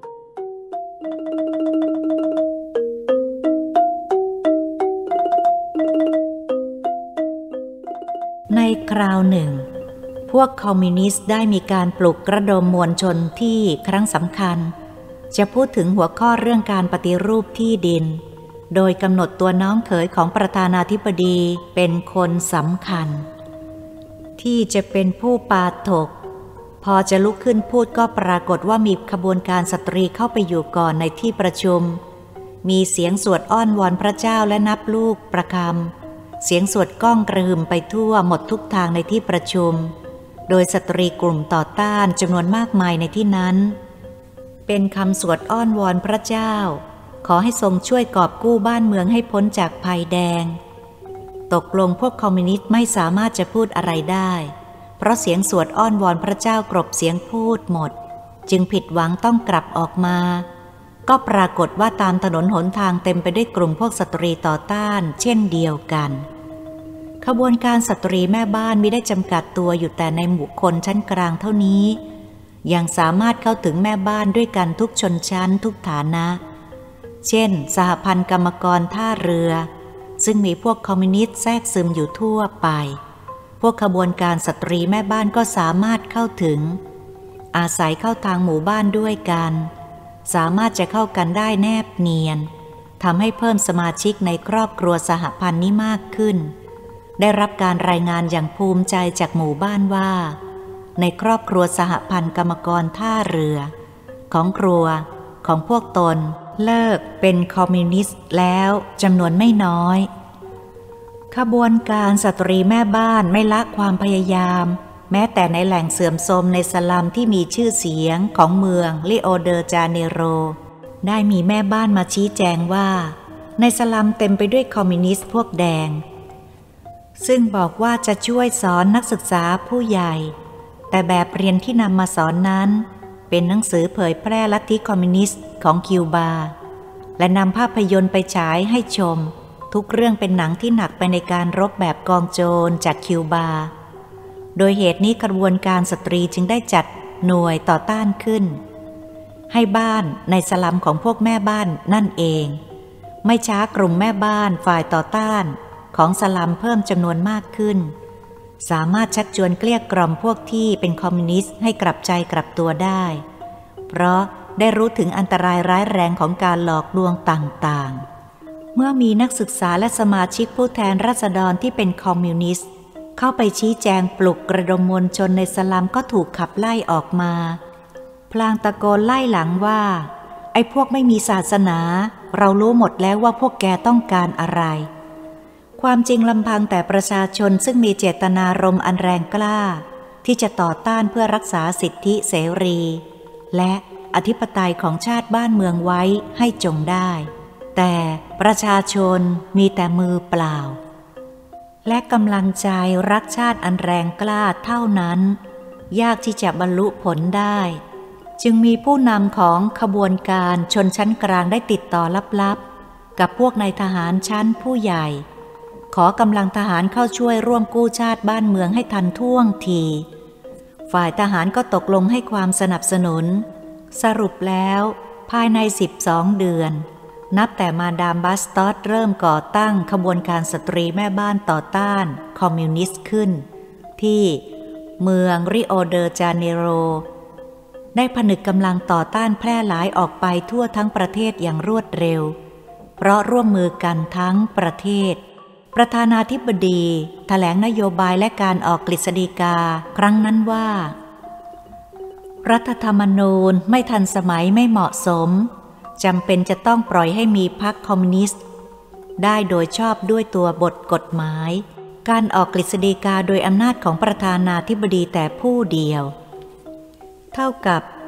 ในคราวหนึ่งพวกคอมมิวนิสต์ได้มีการปลุกระดมมวลชนที่ครั้งสำคัญจะพูดถึงหัวข้อเรื่องการปฏิรูปที่ดินโดยกำหนดตัวน้องเขยของประธานาธิบดีเป็นคนสำคัญที่จะเป็นผู้ปาฐกพอจะลุกขึ้นพูดก็ปรากฏว่ามีขบวนการสตรีเข้าไปอยู่ก่อนในที่ประชุมมีเสียงสวดอ้อนวอนพระเจ้าและนับลูกประคำเสียงสวดก้องกระหึ่มไปทั่วหมดทุกทางในที่ประชุมโดยสตรีกลุ่มต่อต้านจำนวนมากมายในที่นั้นเป็นคำสวดอ้อนวอนพระเจ้าขอให้ทรงช่วยกอบกู้บ้านเมืองให้พ้นจากภัยแดงตกลงพวกคอมมิวนิสต์ไม่สามารถจะพูดอะไรได้เพราะเสียงสวดอ้อนวอนพระเจ้ากรบเสียงพูดหมดจึงผิดหวังต้องกลับออกมาก็ปรากฏว่าตามถนนหนทางเต็มไปด้วยกลุ่มพวกสตรีต่อต้านเช่นเดียวกันขบวนการสตรีแม่บ้านมิได้จำกัดตัวอยู่แต่ในหมู่คนชั้นกลางเท่านี้ยังสามารถเข้าถึงแม่บ้านด้วยกันทุกชนชั้นทุกฐานะเช่นสหพันธ์กรรมกรท่าเรือซึ่งมีพวกคอมมิวนิสต์แทรกซึมอยู่ทั่วไปพวกขบวนการสตรีแม่บ้านก็สามารถเข้าถึงอาศัยเข้าทางหมู่บ้านด้วยกันสามารถจะเข้ากันได้แนบเนียนทำให้เพิ่มสมาชิกในครอบครัวสหพันธ์นี้มากขึ้นได้รับการรายงานอย่างภูมิใจจากหมู่บ้านว่าในครอบครัวสหพันธ์กรรมกรท่าเรือของครัวของพวกตนเลิกเป็นคอมมิวนิสต์แล้วจำนวนไม่น้อยขบวนการสตรีแม่บ้านไม่ละความพยายามแม้แต่ในแหล่งเสื่อมโทรมในสลัมที่มีชื่อเสียงของเมืองริโอเดจาเนโรได้มีแม่บ้านมาชี้แจงว่าในสลัมเต็มไปด้วยคอมมิวนิสต์พวกแดงซึ่งบอกว่าจะช่วยสอนนักศึกษาผู้ใหญ่แต่แบบเรียนที่นำมาสอนนั้นเป็นหนังสือเผยแพร่ลัทธิคอมมิวนิสต์ของคิวบาและนำภาพยนตร์ไปฉายให้ชมทุกเรื่องเป็นหนังที่หนักไปในการรบแบบกองโจรจากคิวบาโดยเหตุนี้กระบวนการสตรีจึงได้จัดหน่วยต่อต้านขึ้นให้บ้านในสลัมของพวกแม่บ้านนั่นเองไม่ช้ากลุ่มแม่บ้านฝ่ายต่อต้านของสลัมเพิ่มจำนวนมากขึ้นสามารถชักชวนเกลี้ยกล่อมพวกที่เป็นคอมมิวนิสต์ให้กลับใจกลับตัวได้เพราะได้รู้ถึงอันตรายร้ายแรงของการหลอกลวงต่างๆเมื่อมีนักศึกษาและสมาชิกผู้แทนราษฎรที่เป็นคอมมิวนิสต์เข้าไปชี้แจงปลุกกระดมมวลชนในสลัมก็ถูกขับไล่ออกมาพลางตะโกนไล่หลังว่าไอ้พวกไม่มีศาสนาเรารู้หมดแล้วว่าพวกแกต้องการอะไรความจริงลำพังแต่ประชาชนซึ่งมีเจตนารมณ์อันแรงกล้าที่จะต่อต้านเพื่อรักษาสิทธิเสรีและอธิปไตยของชาติบ้านเมืองไว้ให้จงได้แต่ประชาชนมีแต่มือเปล่าและกำลังใจรักชาติอันแรงกล้าเท่านั้นยากที่จะบรรลุผลได้จึงมีผู้นำของขบวนการชนชั้นกลางได้ติดต่อลับๆกับพวกนายทหารชั้นผู้ใหญ่ขอกำลังทหารเข้าช่วยร่วมกู้ชาติบ้านเมืองให้ทันท่วงทีฝ่ายทหารก็ตกลงให้ความสนับสนุนสรุปแล้วภายในสิบสองเดือนนับแต่มาดามบัสตอสเริ่มก่อตั้งขบวนการสตรีแม่บ้านต่อต้านคอมมิวนิสต์ขึ้นที่เมืองริโอเดจาเนโรได้ผนึกกำลังต่อต้านแพร่หลายออกไปทั่วทั้งประเทศอย่างรวดเร็วเพราะร่วมมือกันทั้งประเทศประธานาธิบดีแถลงนโยบายและการออกกฤษฎีกาครั้งนั้นว่ารัฐธรรมนูญไม่ทันสมัยไม่เหมาะสมจำเป็นจะต้องปล่อยให้มีพรรคคอมมิวนิสต์ได้โดยชอบด้วยตัวบทกฎหมายการออกกฤษฎีกาโดยอำนาจของประธานาธิบดีแต่ผู้เดียวเท่ากับ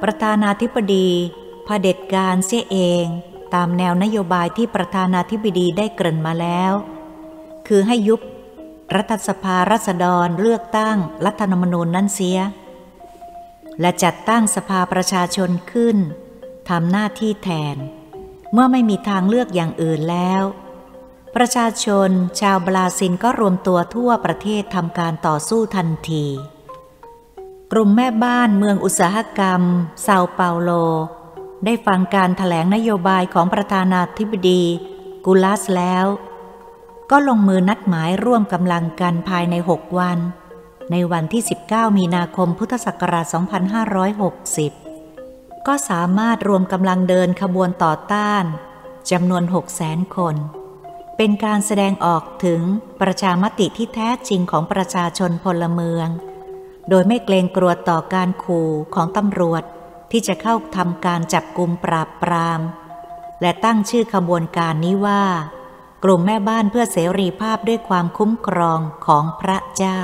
ประธานาธิบดีเผด็จการเสียเองตามแนวนโยบายที่ประธานาธิบดีได้เกริ่นมาแล้วคือให้ยุบรัฐสภาราษฎรเลือกตั้งรัฐธรรมนูญนั้นเสียและจัดตั้งสภาประชาชนขึ้นทำหน้าที่แทนเมื่อไม่มีทางเลือกอย่างอื่นแล้วประชาชนชาวบราซิลก็รวมตัวทั่วประเทศทำการต่อสู้ทันทีกลุ่มแม่บ้านเมืองอุตสาหกรรมเซาเปาโลได้ฟังการแถลงนโยบายของประธานาธิบดีกูลัสแล้วก็ลงมือนัดหมายร่วมกำลังกันภายในหกวันในวันที่สิบเก้ามีนาคมพุทธศักราชสองพันห้าร้อยหกสิบก็สามารถรวมกำลังเดินขบวนต่อต้านจำนวน หกแสน คนเป็นการแสดงออกถึงประชามติที่แท้จริงของประชาชนพลเมืองโดยไม่เกรงกลัวต่อการขู่ของตำรวจที่จะเข้าทำการจับกุมปราบปรามและตั้งชื่อขบวนการนี้ว่ากลุ่มแม่บ้านเพื่อเสรีภาพด้วยความคุ้มครองของพระเจ้า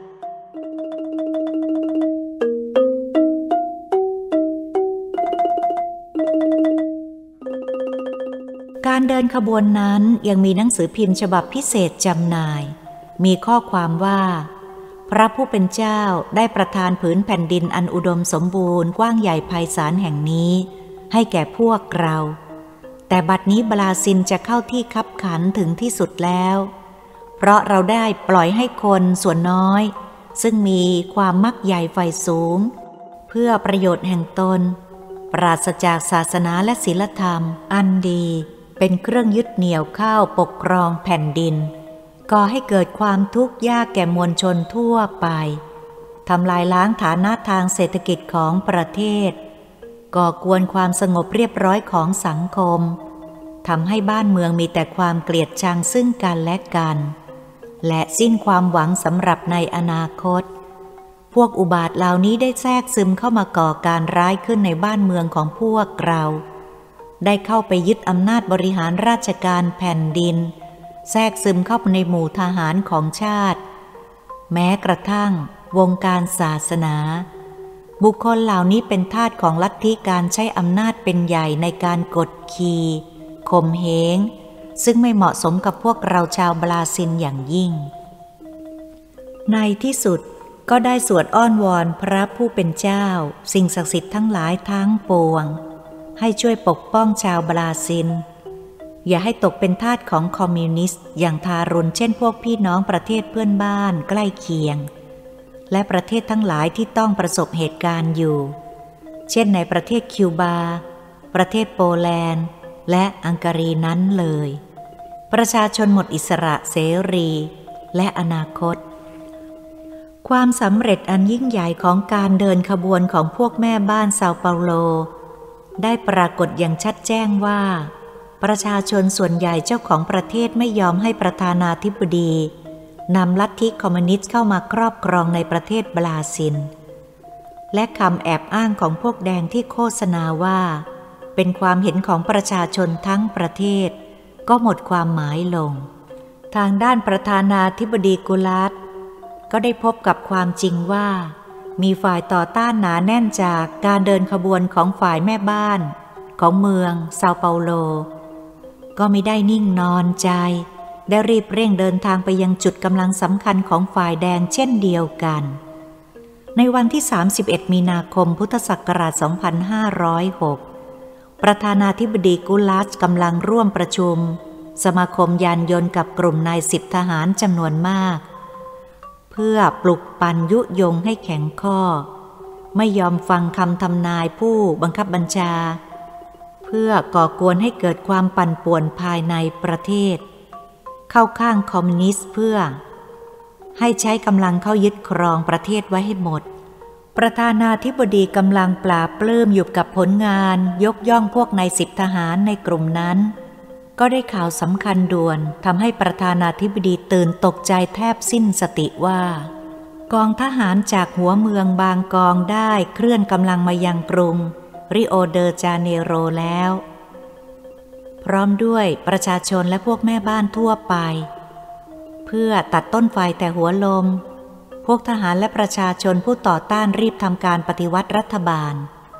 การเดินขบวนนั้นยังมีหนังสือพิมพ์ฉบับพิเศษจำหน่ายมีข้อความว่าพระผู้เป็นเจ้าได้ประทานผืนแผ่นดินอันอุดมสมบูรณ์กว้างใหญ่ไพศาลแห่งนี้ให้แก่พวกเราแต่บัดนี้บราซิลจะเข้าที่คับขันถึงที่สุดแล้วเพราะเราได้ปล่อยให้คนส่วนน้อยซึ่งมีความมักใหญ่ไฟสูงเพื่อประโยชน์แห่งตนปราศจากศาสนาและศีลธรรมอันดีเป็นเครื่องยึดเหนี่ยวเข้าปกครองแผ่นดินก่อให้เกิดความทุกข์ยากแก่มวลชนทั่วไปทำลายล้างฐานะทางเศรษฐกิจของประเทศก่อกวนความสงบเรียบร้อยของสังคมทำให้บ้านเมืองมีแต่ความเกลียดชังซึ่งกันและกันและสิ้นความหวังสำหรับในอนาคตพวกอุบาทเหล่านี้ได้แทรกซึมเข้ามาก่อการร้ายขึ้นในบ้านเมืองของพวกเราได้เข้าไปยึดอำนาจบริหารราชการแผ่นดินแทรกซึมเข้าไปในหมู่ทหารของชาติแม้กระทั่งวงการศาสนาบุคคลเหล่านี้เป็นทาสของลัทธิการใช้อำนาจเป็นใหญ่ในการกดขี่ข่มเหงซึ่งไม่เหมาะสมกับพวกเราชาวบราซิลอย่างยิ่งในที่สุดก็ได้สวดอ้อนวอนพระผู้เป็นเจ้าสิ่งศักดิ์สิทธิ์ทั้งหลายทั้งปวงให้ช่วยปกป้องชาวบราซิลอย่าให้ตกเป็นทาสของคอมมิวนิสต์อย่างทารุณเช่นพวกพี่น้องประเทศเพื่อนบ้านใกล้เคียงและประเทศทั้งหลายที่ต้องประสบเหตุการณ์อยู่เช่นในประเทศคิวบาประเทศโปแลนด์และอังการีนั้นเลยประชาชนหมดอิสระเสรีและอนาคตความสำเร็จอันยิ่งใหญ่ของการเดินขบวนของพวกแม่บ้านเซาเปาโลได้ปรากฏอย่างชัดแจ้งว่าประชาชนส่วนใหญ่เจ้าของประเทศไม่ยอมให้ประธานาธิบดีนำลัทธิคอมมิวนิสต์เข้ามาครอบครองในประเทศบราซิลและคำแอบอ้างของพวกแดงที่โฆษณาว่าเป็นความเห็นของประชาชนทั้งประเทศก็หมดความหมายลงทางด้านประธานาธิบดีกูลัสก็ได้พบกับความจริงว่ามีฝ่ายต่อต้านหนาแน่นจากการเดินขบวนของฝ่ายแม่บ้านของเมืองเซาเปาโลก็ไม่ได้นิ่งนอนใจได้รีบเร่งเดินทางไปยังจุดกำลังสำคัญของฝ่ายแดงเช่นเดียวกันในวันที่สามสิบเอ็ดมีนาคมพุทธศักราชสองพันห้าร้อยหกประธานาธิบดีกูลัสกำลังร่วมประชุมสมาคมยานยนต์กับกลุ่มนายสิบทหารจำนวนมากเพื่อปลุกปั่นยุยงให้แข็งข้อไม่ยอมฟังคำทำนายผู้บังคับบัญชาเพื่อก่อกวนให้เกิดความปั่นป่วนภายในประเทศเข้าข้างคอมมิวนิสต์เพื่อให้ใช้กำลังเข้ายึดครองประเทศไว้ให้หมดประธานาธิบดีกำลังปราบปลื้มอยู่กับผลงานยกย่องพวกนายสิบทหารในกลุ่มนั้นก็ได้ข่าวสำคัญด่วนทำให้ประธานาธิบดีตื่นตกใจแทบสิ้นสติว่ากองทหารจากหัวเมืองบางกองได้เคลื่อนกำลังมายังกรุงริโอเดจาเนโรแล้วพร้อมด้วยประชาชนและพวกแม่บ้านทั่วไปเพื่อตัดต้นไฟแต่หัวลมพวกทหารและประชาชนผู้ต่อต้านรีบทำการปฏิวัติรัฐบาล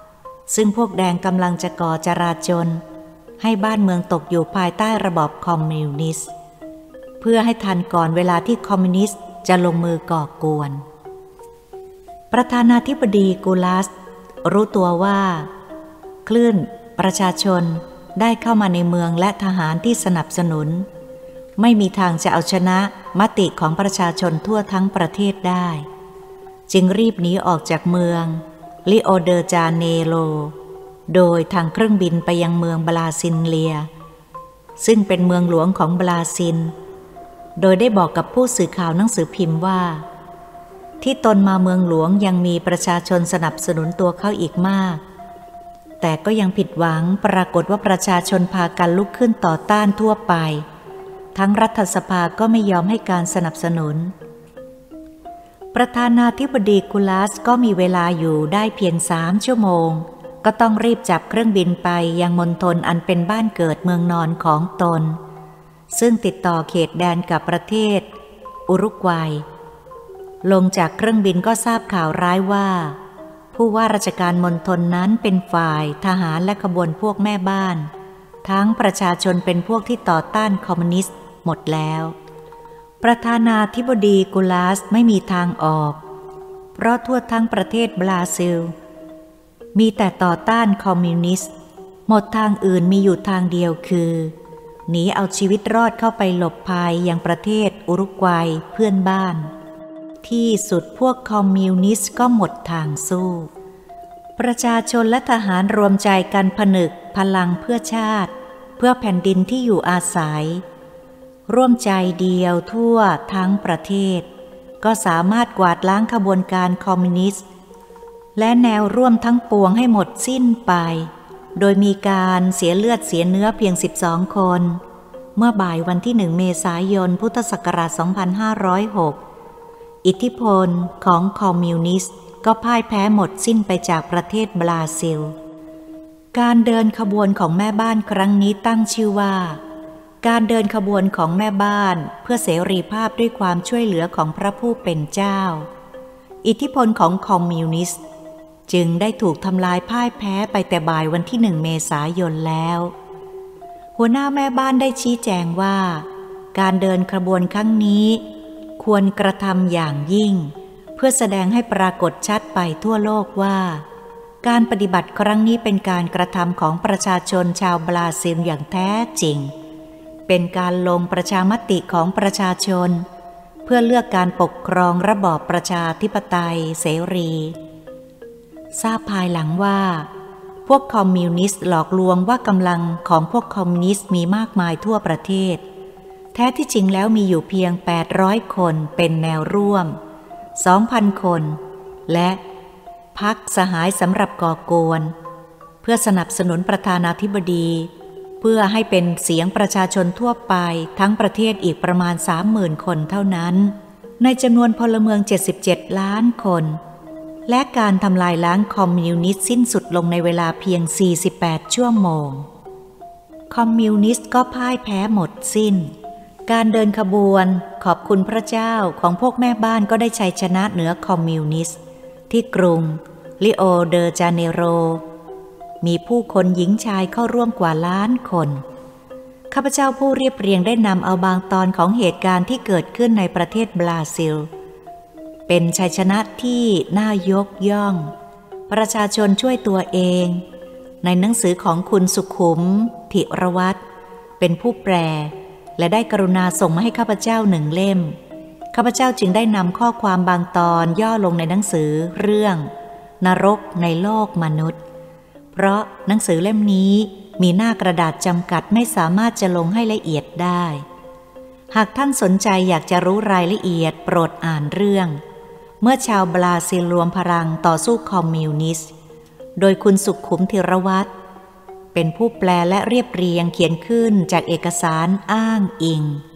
ซึ่งพวกแดงกำลังจะก่อจราจลให้บ้านเมืองตกอยู่ภายใต้ระบอบคอมมิวนิสต์เพื่อให้ทันก่อนเวลาที่คอมมิวนิสต์จะลงมือก่อกวนประธานาธิบดีกูลัสรู้ตัวว่าคลื่นประชาชนได้เข้ามาในเมืองและทหารที่สนับสนุนไม่มีทางจะเอาชนะมติของประชาชนทั่วทั้งประเทศได้จึงรีบหนีออกจากเมืองลิโอเดจาเนโรโดยทางเครื่องบินไปยังเมืองบราซิลเลียซึ่งเป็นเมืองหลวงของบราซิลโดยได้บอกกับผู้สื่อข่าวหนังสือพิมพ์ว่าที่ตนมาเมืองหลวงยังมีประชาชนสนับสนุนตัวเขาอีกมากแต่ก็ยังผิดหวังปรากฏว่าประชาชนพากันลุกขึ้นต่อต้านทั่วไปทั้งรัฐสภาก็ไม่ยอมให้การสนับสนุนประธานาธิบดีกูลัสก็มีเวลาอยู่ได้เพียงสามชั่วโมงก็ต้องรีบจับเครื่องบินไปยังมณฑลอันเป็นบ้านเกิดเมืองนอนของตนซึ่งติดต่อเขตแดนกับประเทศอุรุกวัยลงจากเครื่องบินก็ทราบข่าวร้ายว่าผู้ว่าราชการมณฑลนั้นเป็นฝ่ายทหารและขบวนพวกแม่บ้านทั้งประชาชนเป็นพวกที่ต่อต้านคอมมิวนิสต์หมดแล้วประธานาธิบดีกูลัสไม่มีทางออกเพราะทั่วทั้งประเทศบราซิลมีแต่ต่อต้านคอมมิวนิสต์หมดทางอื่นมีอยู่ทางเดียวคือหนีเอาชีวิตรอดเข้าไปหลบภัยยังประเทศอุรุกวัยเพื่อนบ้านที่สุดพวกคอมมิวนิสต์ก็หมดทางสู้ประชาชนและทหารรวมใจกันผนึกพลังเพื่อชาติเพื่อแผ่นดินที่อยู่อาศัยร่วมใจเดียวทั่วทั้งประเทศก็สามารถกวาดล้างขบวนการคอมมิวนิสต์และแนวร่วมทั้งปวงให้หมดสิ้นไปโดยมีการเสียเลือดเสียเนื้อเพียงสิบสองคนเมื่อบ่ายวันที่หนึ่งเมษายนพุทธศักราชสองพันห้าร้อยหกอิทธิพลของคอมมิวนิสต์ก็พ่ายแพ้หมดสิ้นไปจากประเทศบราซิลการเดินขบวนของแม่บ้านครั้งนี้ตั้งชื่อว่าการเดินขบวนของแม่บ้านเพื่อเสรีภาพด้วยความช่วยเหลือของพระผู้เป็นเจ้าอิทธิพลของคอมมิวนิสต์จึงได้ถูกทำลายพ่ายแพ้ไปแต่บ่ายวันที่หนึ่งเมษายนแล้วหัวหน้าแม่บ้านได้ชี้แจงว่าการเดินขบวนครั้งนี้ควรกระทำอย่างยิ่งเพื่อแสดงให้ปรากฏชัดไปทั่วโลกว่าการปฏิบัติครั้งนี้เป็นการกระทำของประชาชนชาวบราซิลอย่างแท้จริงเป็นการลงประชามติของประชาชนเพื่อเลือกการปกครองระบอบประชาธิปไตยเสรีทราบภายหลังว่าพวกคอมมิวนิสต์หลอกลวงว่ากำลังของพวกคอมมิวนิสต์มีมากมายทั่วประเทศแท้ที่จริงแล้วมีอยู่เพียงแปดร้อยคนเป็นแนวร่วม สองพัน คนและพรรคสหายสำหรับก่อกวนเพื่อสนับสนุนประธานาธิบดีเพื่อให้เป็นเสียงประชาชนทั่วไปทั้งประเทศอีกประมาณ สามหมื่น คนเท่านั้นในจำนวนพลเมืองเจ็ดสิบเจ็ดล้านคนและการทำลายล้างคอมมิวนิสต์สิ้นสุดลงในเวลาเพียงสี่สิบแปดชั่วโมงคอมมิวนิสต์ก็พ่ายแพ้หมดสิ้นการเดินขบวนขอบคุณพระเจ้าของพวกแม่บ้านก็ได้ชัยชนะเหนือคอมมิวนิสต์ที่กรุงลิโอเดจาเนโรมีผู้คนหญิงชายเข้าร่วมกว่าล้านคนข้าพเจ้าผู้เรียบเรียงได้นำเอาบางตอนของเหตุการณ์ที่เกิดขึ้นในประเทศบราซิลเป็นชัยชนะที่น่ายกย่องประชาชนช่วยตัวเองในหนังสือของคุณสุขุมธิรวัฒน์เป็นผู้แปลและได้กรุณาส่งมาให้ข้าพเจ้าหนึ่งเล่มข้าพเจ้าจึงได้นำข้อความบางตอนย่อลงในหนังสือเรื่องนรกในโลกมนุษย์เพราะหนังสือเล่มนี้มีหน้ากระดาษจำกัดไม่สามารถจะลงให้ละเอียดได้หากท่านสนใจอยากจะรู้รายละเอียดโปรดอ่านเรื่องเมื่อชาวบราซิลรวมพลังต่อสู้คอมมิวนิสต์โดยคุณสุขุมธิรวัฒน์เป็นผู้แปลและเรียบเรียงเขียนขึ้นจากเอกสารอ้างอิง